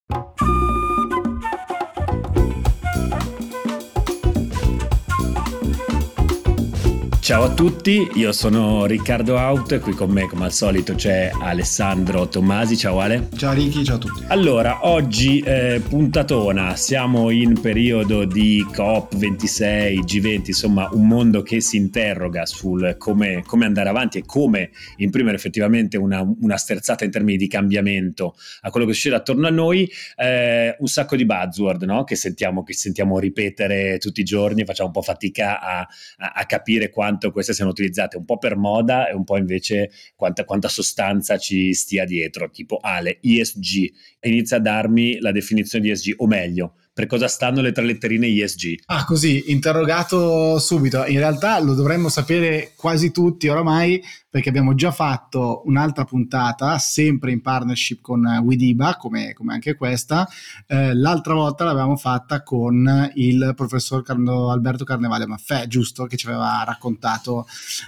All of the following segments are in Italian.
Ciao a tutti, io sono Riccardo Out e qui con me come al solito c'è Alessandro Tommasi. Ciao Ale. Ciao Ricky, ciao a tutti. Allora, oggi puntatona, siamo in periodo di COP26, G20, insomma un mondo che si interroga sul come andare avanti e come imprimere effettivamente una sterzata in termini di cambiamento a quello che succede attorno a noi. Un sacco di buzzword, no? che sentiamo ripetere tutti i giorni, facciamo un po' fatica a capire quanto queste siano utilizzate un po' per moda e un po' invece quanta sostanza ci stia dietro. Tipo Ale, ESG, inizia a darmi la definizione di ESG, o meglio, per cosa stanno le tre letterine ESG? Così, interrogato subito. In realtà lo dovremmo sapere quasi tutti oramai, perché abbiamo già fatto un'altra puntata, sempre in partnership con Widiba, come anche questa. L'altra volta l'avevamo fatta con il professor Alberto Carnevale Maffè, giusto? Che ci aveva raccontato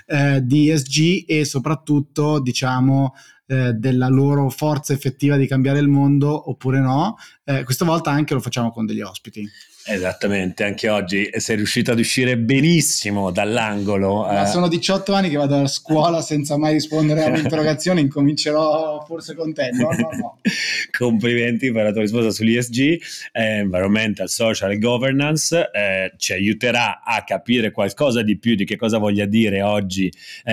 di ESG e soprattutto, diciamo, della loro forza effettiva di cambiare il mondo oppure no. Questa volta anche lo facciamo con degli ospiti. Esattamente, anche oggi sei riuscito ad uscire benissimo dall'angolo. Ma sono 18 anni che vado a scuola senza mai rispondere a un'interrogazione, incomincerò forse con te. No. Complimenti per la tua risposta sull'ESG, Environmental, Social e Governance. Ci aiuterà a capire qualcosa di più di che cosa voglia dire oggi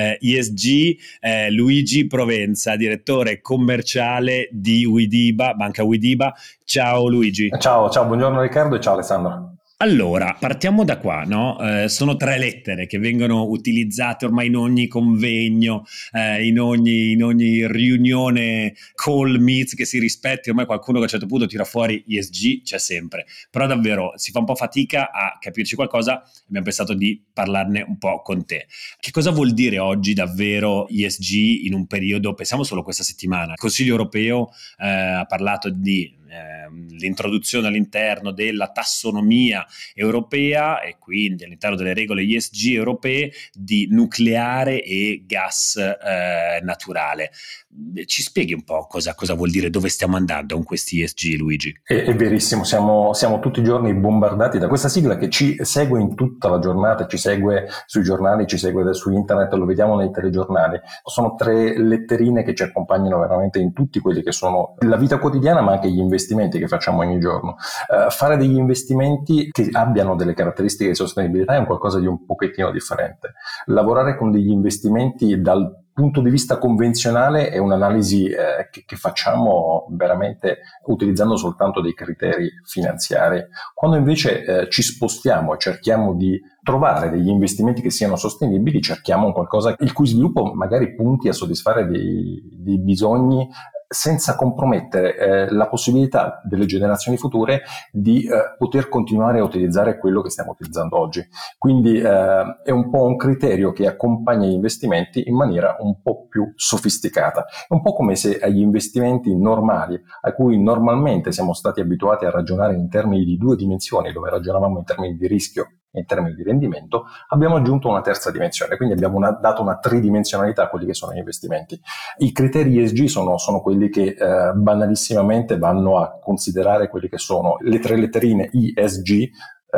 ESG. Luigi Provenza, direttore commerciale di Widiba, Banca Widiba. Ciao Luigi. Ciao, buongiorno Riccardo e ciao Alessandro. Allora, partiamo da qua, no? Sono tre lettere che vengono utilizzate ormai in ogni convegno, in ogni riunione, call, meets che si rispetti, ormai qualcuno che a un certo punto tira fuori ESG, c'è sempre. Però davvero si fa un po' fatica a capirci qualcosa, abbiamo pensato di parlarne un po' con te. Che cosa vuol dire oggi davvero ESG in un periodo, pensiamo solo questa settimana, il Consiglio europeo ha parlato di l'introduzione all'interno della tassonomia europea e quindi all'interno delle regole ESG europee di nucleare e gas naturale. Ci spieghi un po' cosa vuol dire, dove stiamo andando con questi ESG, Luigi? È verissimo, siamo tutti i giorni bombardati da questa sigla che ci segue in tutta la giornata, ci segue sui giornali, ci segue su internet, lo vediamo nei telegiornali. Sono tre letterine che ci accompagnano veramente in tutti quelli che sono la vita quotidiana, ma anche gli investimenti che facciamo ogni giorno. Fare degli investimenti che abbiano delle caratteristiche di sostenibilità è un qualcosa di un pochettino differente. Lavorare con degli investimenti dal punto di vista convenzionale è un'analisi che facciamo veramente utilizzando soltanto dei criteri finanziari. Quando invece ci spostiamo e cerchiamo di trovare degli investimenti che siano sostenibili, cerchiamo un qualcosa il cui sviluppo magari punti a soddisfare dei bisogni senza compromettere la possibilità delle generazioni future di poter continuare a utilizzare quello che stiamo utilizzando oggi. Quindi è un po' un criterio che accompagna gli investimenti in maniera un po' più sofisticata. È un po' come se agli investimenti normali, a cui normalmente siamo stati abituati a ragionare in termini di due dimensioni, dove ragionavamo in termini di rischio e in termini di rendimento, abbiamo aggiunto una terza dimensione, quindi abbiamo dato una tridimensionalità a quelli che sono gli investimenti. I criteri ESG sono quelli che banalissimamente vanno a considerare quelli che sono le tre letterine ESG,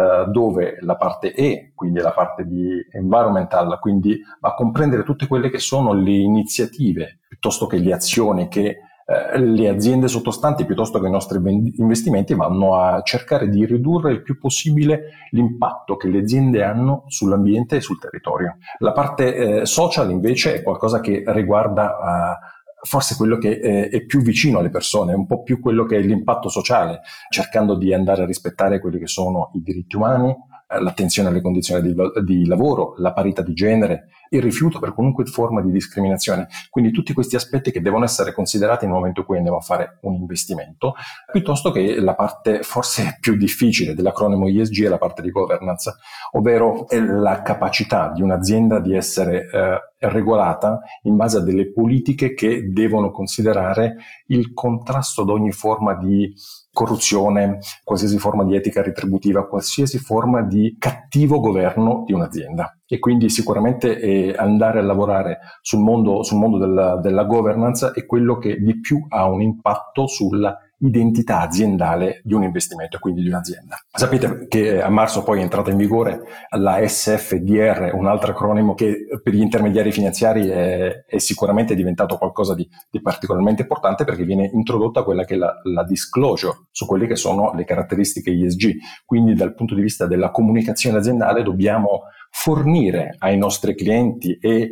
dove la parte E, quindi la parte di environmental, quindi va a comprendere tutte quelle che sono le iniziative, piuttosto che le azioni che le aziende sottostanti, piuttosto che i nostri investimenti, vanno a cercare di ridurre il più possibile l'impatto che le aziende hanno sull'ambiente e sul territorio. La parte social invece è qualcosa che riguarda forse quello che è più vicino alle persone, un po' più quello che è l'impatto sociale, cercando di andare a rispettare quelli che sono i diritti umani, l'attenzione alle condizioni di lavoro, la parità di genere, il rifiuto per qualunque forma di discriminazione. Quindi tutti questi aspetti che devono essere considerati nel momento in cui andiamo a fare un investimento, piuttosto che la parte forse più difficile dell'acronimo ESG è la parte di governance, ovvero è la capacità di un'azienda di essere regolata in base a delle politiche che devono considerare il contrasto ad ogni forma di corruzione, qualsiasi forma di etica retributiva, qualsiasi forma di cattivo governo di un'azienda. E quindi sicuramente andare a lavorare sul mondo della governance è quello che di più ha un impatto sulla identità aziendale di un investimento e quindi di un'azienda. Sapete che a marzo poi è entrata in vigore la SFDR, un altro acronimo che per gli intermediari finanziari è sicuramente diventato qualcosa di particolarmente importante, perché viene introdotta quella che è la disclosure su quelle che sono le caratteristiche ESG. Quindi dal punto di vista della comunicazione aziendale dobbiamo fornire ai nostri clienti e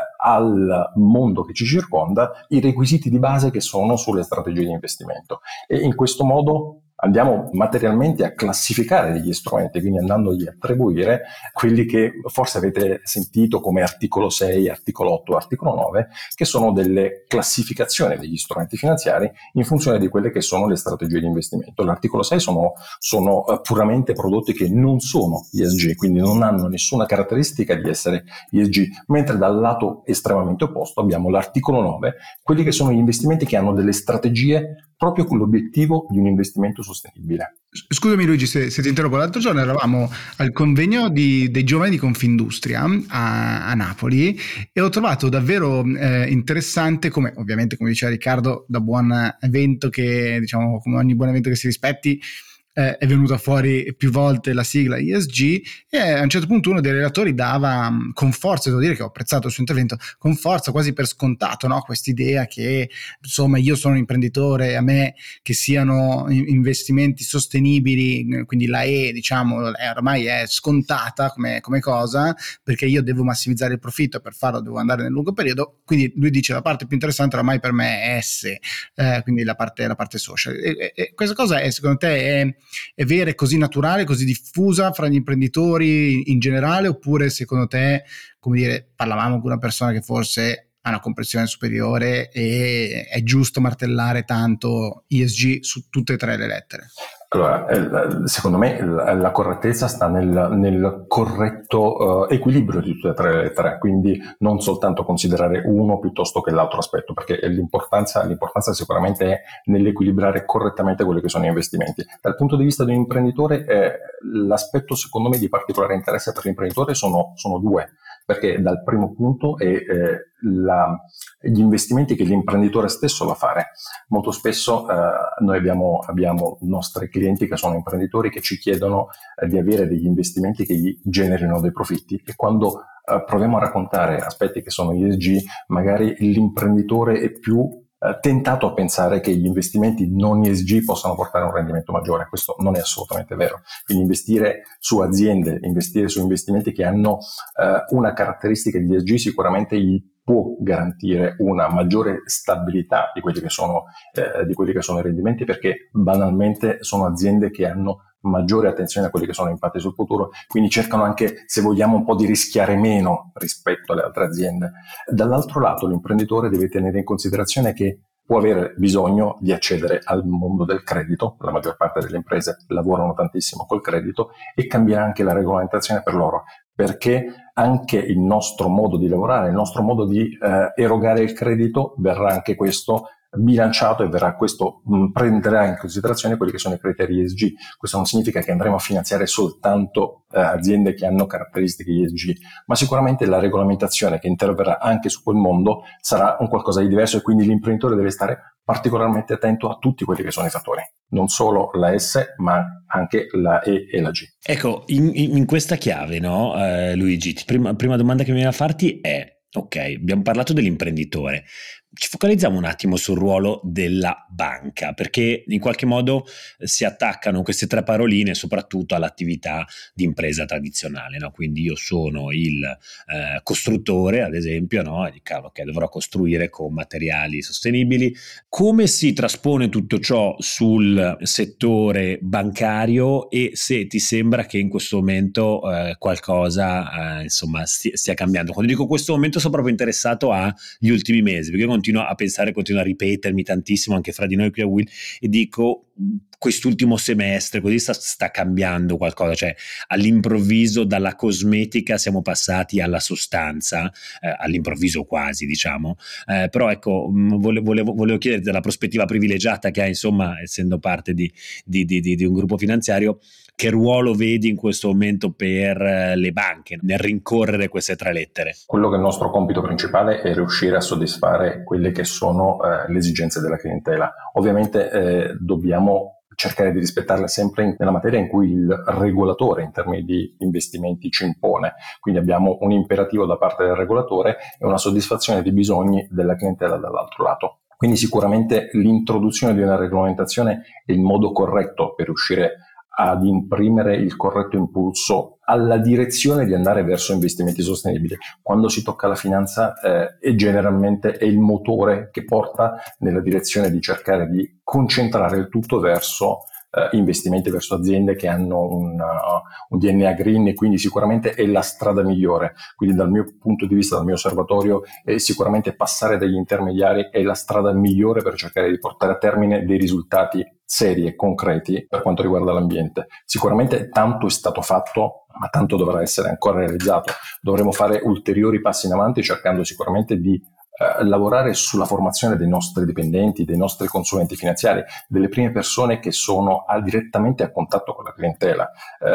al mondo che ci circonda i requisiti di base che sono sulle strategie di investimento, e in questo modo andiamo materialmente a classificare degli strumenti, quindi andandogli a attribuire quelli che forse avete sentito come articolo 6, articolo 8, articolo 9, che sono delle classificazioni degli strumenti finanziari in funzione di quelle che sono le strategie di investimento. L'articolo 6 sono puramente prodotti che non sono ESG, quindi non hanno nessuna caratteristica di essere ESG, mentre dal lato estremamente opposto abbiamo l'articolo 9, quelli che sono gli investimenti che hanno delle strategie proprio con l'obiettivo di un investimento sostenibile. Scusami Luigi se ti interrompo, l'altro giorno eravamo al convegno dei giovani di Confindustria a Napoli e ho trovato davvero interessante, come ovviamente come diceva Riccardo, da buon evento che, diciamo, come ogni buon evento che si rispetti, è venuta fuori più volte la sigla ESG, e a un certo punto uno dei relatori dava con forza, devo dire che ho apprezzato il suo intervento, con forza, quasi per scontato, no? Quest'idea che insomma io sono un imprenditore, a me che siano investimenti sostenibili, quindi la diciamo ormai è scontata come cosa, perché io devo massimizzare il profitto, per farlo devo andare nel lungo periodo. Quindi lui dice la parte più interessante ormai per me è S, quindi la parte social, e questa cosa secondo te è vera, è così naturale, così diffusa fra gli imprenditori in generale, oppure secondo te, come dire, parlavamo con una persona che forse ha una comprensione superiore e è giusto martellare tanto ESG su tutte e tre le lettere? Allora, secondo me la correttezza sta nel corretto equilibrio di tutte e tre le lettere, quindi non soltanto considerare uno piuttosto che l'altro aspetto, perché l'importanza sicuramente è nell'equilibrare correttamente quelli che sono gli investimenti. Dal punto di vista di un imprenditore, l'aspetto secondo me di particolare interesse per l'imprenditore sono due, perché dal primo punto è gli investimenti che l'imprenditore stesso va a fare. Molto spesso noi abbiamo nostri clienti che sono imprenditori che ci chiedono di avere degli investimenti che gli generino dei profitti, e quando proviamo a raccontare aspetti che sono ESG, magari l'imprenditore è più tentato a pensare che gli investimenti non ESG possano portare a un rendimento maggiore. Questo non è assolutamente vero. Quindi investire su aziende, investire su investimenti che hanno una caratteristica di ESG sicuramente gli può garantire una maggiore stabilità di quelli che sono i rendimenti, perché banalmente sono aziende che hanno maggiore attenzione a quelli che sono gli impatti sul futuro, quindi cercano anche, se vogliamo, un po' di rischiare meno rispetto alle altre aziende. Dall'altro lato l'imprenditore deve tenere in considerazione che può avere bisogno di accedere al mondo del credito, la maggior parte delle imprese lavorano tantissimo col credito, e cambierà anche la regolamentazione per loro, perché anche il nostro modo di lavorare, il nostro modo di erogare il credito verrà anche questo bilanciato, e questo prenderà in considerazione quelli che sono i criteri ESG. Questo non significa che andremo a finanziare soltanto aziende che hanno caratteristiche ESG, ma sicuramente la regolamentazione che interverrà anche su quel mondo sarà un qualcosa di diverso, e quindi l'imprenditore deve stare particolarmente attento a tutti quelli che sono i fattori, non solo la S ma anche la E e la G. Ecco, in questa chiave, no, Luigi, prima domanda che mi viene a farti è: ok, abbiamo parlato dell'imprenditore, ci focalizziamo un attimo sul ruolo della banca, perché in qualche modo si attaccano queste tre paroline soprattutto all'attività di impresa tradizionale, no? Quindi io sono il costruttore, ad esempio, no? E dico, ok, dovrò costruire con materiali sostenibili. Come si traspone tutto ciò sul settore bancario, e se ti sembra che in questo momento qualcosa insomma stia cambiando? Quando dico questo momento sono proprio interessato agli ultimi mesi, perché io continuo a ripetermi tantissimo anche fra di noi qui a Will, e dico quest'ultimo semestre così sta cambiando qualcosa, cioè all'improvviso dalla cosmetica siamo passati alla sostanza, all'improvviso quasi, diciamo, però ecco, volevo chiederti dalla prospettiva privilegiata che hai, insomma, essendo parte di un gruppo finanziario, che ruolo vedi in questo momento per le banche nel rincorrere queste tre lettere? Quello che è il nostro compito principale è riuscire a soddisfare quelle che sono le esigenze della clientela. Ovviamente dobbiamo cercare di rispettarle sempre nella materia in cui il regolatore in termini di investimenti ci impone. Quindi abbiamo un imperativo da parte del regolatore e una soddisfazione di bisogni della clientela dall'altro lato. Quindi sicuramente l'introduzione di una regolamentazione è il modo corretto per riuscire ad imprimere il corretto impulso alla direzione di andare verso investimenti sostenibili. Quando si tocca la finanza generalmente è il motore che porta nella direzione di cercare di concentrare il tutto verso investimenti, verso aziende che hanno un DNA green, e quindi sicuramente è la strada migliore. Quindi dal mio punto di vista, dal mio osservatorio, sicuramente passare dagli intermediari è la strada migliore per cercare di portare a termine dei risultati seri e concreti per quanto riguarda l'ambiente. Sicuramente tanto è stato fatto, ma tanto dovrà essere ancora realizzato. Dovremo fare ulteriori passi in avanti cercando sicuramente di lavorare sulla formazione dei nostri dipendenti, dei nostri consulenti finanziari, delle prime persone che sono direttamente a contatto con la clientela.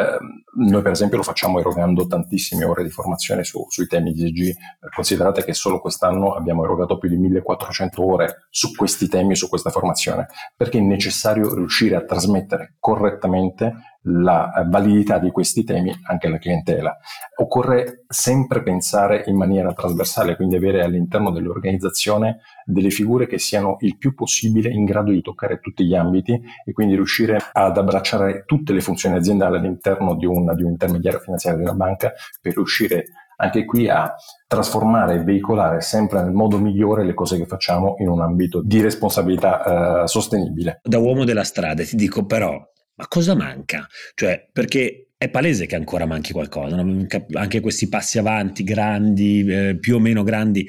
Noi per esempio lo facciamo erogando tantissime ore di formazione sui temi di ESG. Considerate che solo quest'anno abbiamo erogato più di 1400 ore su questi temi e su questa formazione, perché è necessario riuscire a trasmettere correttamente la validità di questi temi anche alla clientela. Occorre sempre pensare in maniera trasversale, quindi avere all'interno dell'organizzazione delle figure che siano il più possibile in grado di toccare tutti gli ambiti e quindi riuscire ad abbracciare tutte le funzioni aziendali all'interno di un intermediario finanziario, di una banca, per riuscire anche qui a trasformare e veicolare sempre nel modo migliore le cose che facciamo in un ambito di responsabilità sostenibile. Da uomo della strada ti dico però, ma cosa manca? Cioè, perché è palese che ancora manchi qualcosa, no? Anche questi passi avanti grandi, più o meno grandi,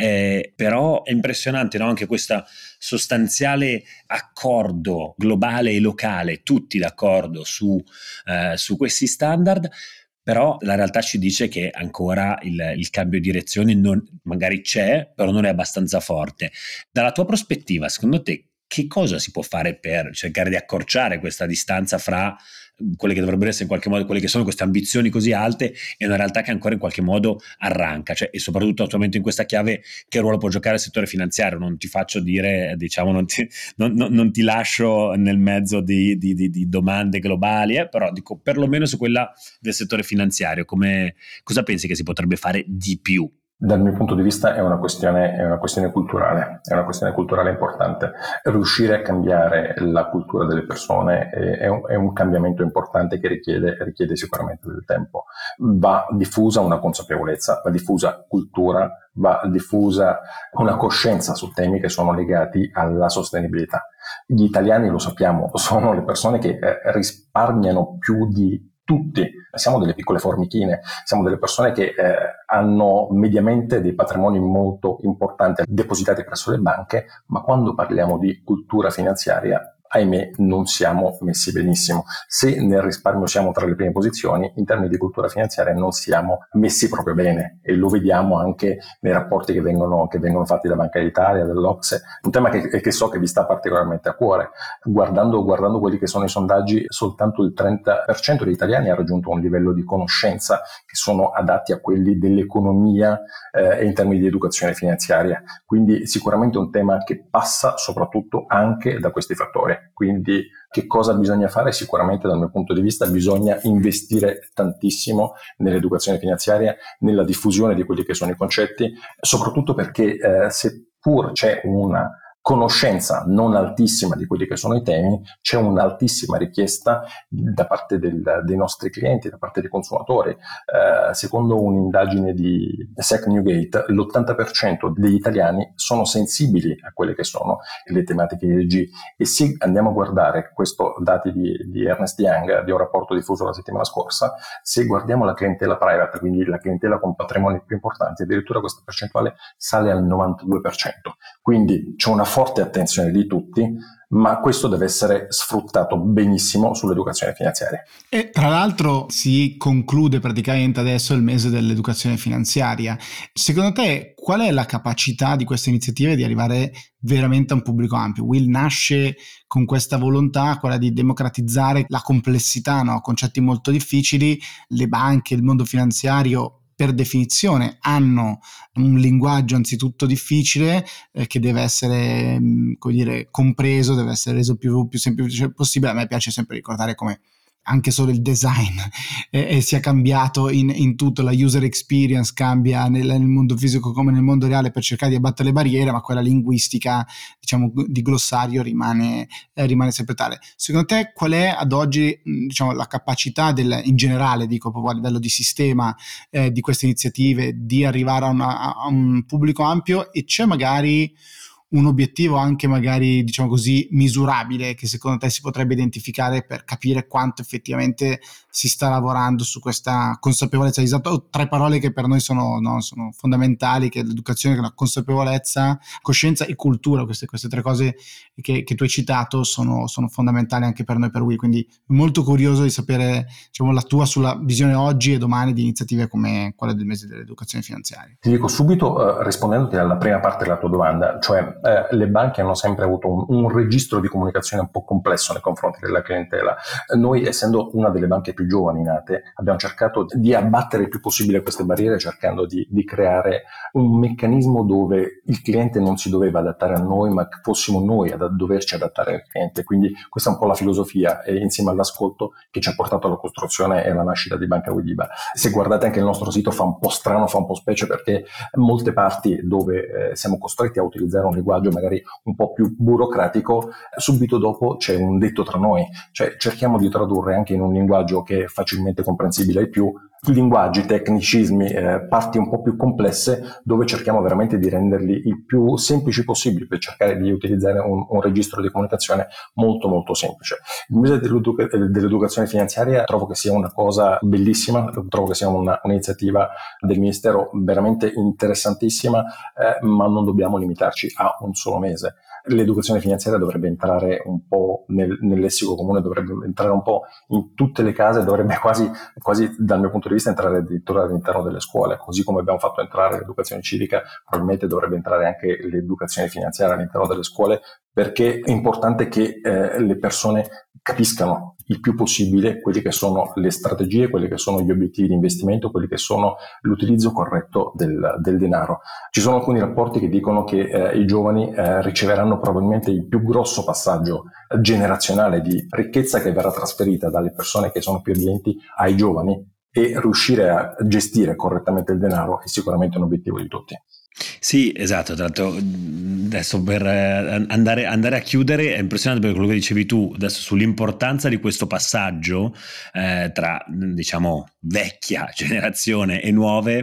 però è impressionante, no? Anche questo sostanziale accordo globale e locale, tutti d'accordo su questi standard. Però la realtà ci dice che ancora il cambio di direzione magari c'è, però non è abbastanza forte. Dalla tua prospettiva, secondo te, che cosa si può fare per cercare di accorciare questa distanza fra quelle che dovrebbero essere in qualche modo quelle che sono queste ambizioni così alte e una realtà che ancora in qualche modo arranca, cioè, e soprattutto attualmente in questa chiave che ruolo può giocare il settore finanziario? Non ti faccio dire, diciamo, non ti lascio nel mezzo di domande globali, però dico perlomeno su quella del settore finanziario, cosa pensi che si potrebbe fare di più? Dal mio punto di vista è una questione culturale, è una questione culturale importante. Riuscire a cambiare la cultura delle persone è un cambiamento importante che richiede sicuramente del tempo. Va diffusa una consapevolezza, va diffusa cultura, va diffusa una coscienza su temi che sono legati alla sostenibilità. Gli italiani, lo sappiamo, sono le persone che risparmiano più di tutti. Siamo delle piccole formichine, siamo delle persone che hanno mediamente dei patrimoni molto importanti depositati presso le banche, ma quando parliamo di cultura finanziaria, ahimè, non siamo messi benissimo. Se nel risparmio siamo tra le prime posizioni, in termini di cultura finanziaria non siamo messi proprio bene, e lo vediamo anche nei rapporti che vengono fatti da Banca d'Italia, dall'Ocse, un tema che so che vi sta particolarmente a cuore. Guardando quelli che sono i sondaggi, soltanto il 30% degli italiani ha raggiunto un livello di conoscenza che sono adatti a quelli dell'economia e in termini di educazione finanziaria. Quindi sicuramente un tema che passa soprattutto anche da questi fattori. Quindi che cosa bisogna fare? Sicuramente dal mio punto di vista bisogna investire tantissimo nell'educazione finanziaria, nella diffusione di quelli che sono i concetti, soprattutto perché seppur c'è una conoscenza non altissima di quelli che sono i temi, c'è un'altissima richiesta da parte dei nostri clienti, da parte dei consumatori. Secondo un'indagine di SEC Newgate, l'80% degli italiani sono sensibili a quelle che sono le tematiche ESG, e se andiamo a guardare questo dati di Ernst Young, di un rapporto diffuso la settimana scorsa, se guardiamo la clientela private, quindi la clientela con patrimoni più importanti, addirittura questa percentuale sale al 92%. Quindi c'è una forte attenzione di tutti, ma questo deve essere sfruttato benissimo sull'educazione finanziaria. E tra l'altro si conclude praticamente adesso il mese dell'educazione finanziaria. Secondo te qual è la capacità di queste iniziative di arrivare veramente a un pubblico ampio? Will nasce con questa volontà, quella di democratizzare la complessità, no? Concetti molto difficili, le banche, il mondo finanziario per definizione hanno un linguaggio anzitutto difficile, che deve essere come dire, compreso, deve essere reso più semplice possibile. A me piace sempre ricordare come anche solo il design sia cambiato in tutto, la user experience cambia nel mondo fisico come nel mondo reale per cercare di abbattere le barriere, ma quella linguistica, diciamo, di glossario rimane sempre tale. Secondo te qual è ad oggi, diciamo, la capacità in generale, dico proprio a livello di sistema, di queste iniziative di arrivare a un pubblico ampio, e c'è magari un obiettivo anche magari, diciamo così, misurabile che secondo te si potrebbe identificare per capire quanto effettivamente si sta lavorando su questa consapevolezza? Esatto, 3 parole che per noi sono fondamentali, che è l'educazione, che è la consapevolezza, coscienza e cultura. Queste 3 cose che tu hai citato sono fondamentali anche per noi, per Will, quindi molto curioso di sapere, diciamo, la tua sulla visione oggi e domani di iniziative come quella del mese dell'educazione finanziaria. Ti dico subito, rispondendoti alla prima parte della tua domanda, cioè le banche hanno sempre avuto un registro di comunicazione un po' complesso nei confronti della clientela. Noi, essendo una delle banche più giovani nate, abbiamo cercato di abbattere il più possibile queste barriere, cercando di creare un meccanismo dove il cliente non si doveva adattare a noi, ma che fossimo noi a doverci adattare al cliente. Quindi questa è un po' la filosofia, e insieme all'ascolto, che ci ha portato alla costruzione e alla nascita di Banca Widiba. Se guardate anche il nostro sito, fa un po' strano, fa un po' specie, perché molte parti dove siamo costretti a utilizzare un linguaggio magari un po' più burocratico, subito dopo c'è un detto tra noi, cioè cerchiamo di tradurre anche in un linguaggio che è facilmente comprensibile ai più i linguaggi, tecnicismi, parti un po' più complesse, dove cerchiamo veramente di renderli il più semplici possibili, per cercare di utilizzare un registro di comunicazione molto molto semplice. Il mese dell'educazione finanziaria trovo che sia una cosa bellissima, trovo che sia un'iniziativa del Ministero veramente interessantissima, ma non dobbiamo limitarci a un solo mese. L'educazione finanziaria dovrebbe entrare un po' nel lessico comune, dovrebbe entrare un po' in tutte le case, dovrebbe quasi dal mio punto di vista entrare addirittura all'interno delle scuole, così come abbiamo fatto entrare l'educazione civica, probabilmente dovrebbe entrare anche l'educazione finanziaria all'interno delle scuole, perché è importante che le persone capiscano il più possibile quelli che sono le strategie, quelli che sono gli obiettivi di investimento, quelli che sono l'utilizzo corretto del denaro. Ci sono alcuni rapporti che dicono che i giovani riceveranno probabilmente il più grosso passaggio generazionale di ricchezza che verrà trasferita dalle persone che sono più abbienti ai giovani, e riuscire a gestire correttamente il denaro è sicuramente un obiettivo di tutti. Sì, esatto. Tra l'altro, adesso per andare a chiudere, è impressionante per quello che dicevi tu adesso sull'importanza di questo passaggio tra, diciamo, vecchia generazione e nuove.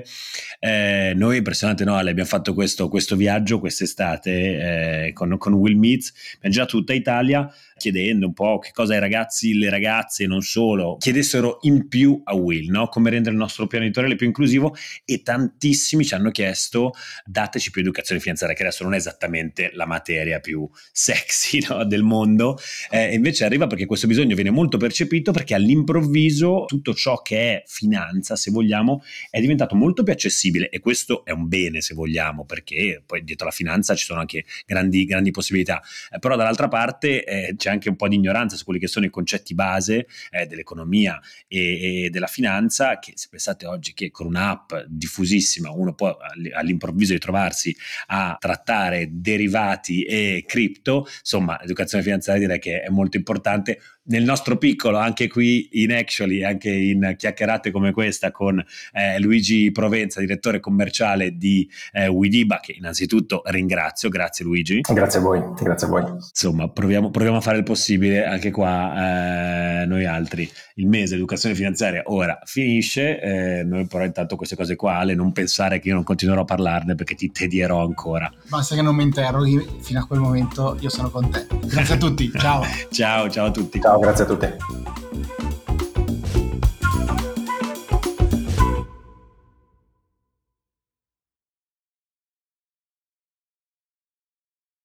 Noi è impressionante, no? Abbiamo fatto questo viaggio quest'estate con Will Meets, abbiamo girato tutta Italia chiedendo un po' che cosa i ragazzi, le ragazze, non solo, chiedessero in più a Will, no? Come rendere il nostro piano editoriale più inclusivo, e tantissimi ci hanno chiesto: dateci più educazione finanziaria, che adesso non è esattamente la materia più sexy, no, del mondo, invece arriva perché questo bisogno viene molto percepito, perché all'improvviso tutto ciò che è finanza, se vogliamo, è diventato molto più accessibile, e questo è un bene, se vogliamo, perché poi dietro la finanza ci sono anche grandi possibilità, però dall'altra parte c'è anche un po' di ignoranza su quelli che sono i concetti base dell'economia e della finanza, che se pensate oggi che con un'app diffusissima uno può all'improvviso di trovarsi a trattare derivati e cripto, insomma, l'educazione finanziaria direi che è molto importante. Nel nostro piccolo, anche qui in Actually, anche in chiacchierate come questa con Luigi Provenza, direttore commerciale di Widiba, che innanzitutto ringrazio. Grazie Luigi. Grazie a voi. Insomma, proviamo a fare il possibile anche qua, noi altri. Il mese dell'educazione finanziaria ora finisce, noi però intanto queste cose qua, Ale, non pensare che io non continuerò a parlarne, perché ti tedierò ancora. Basta che non mi interroghi, fino a quel momento io sono con te. Grazie a tutti, ciao. Ciao a tutti. Ciao, grazie a tutti.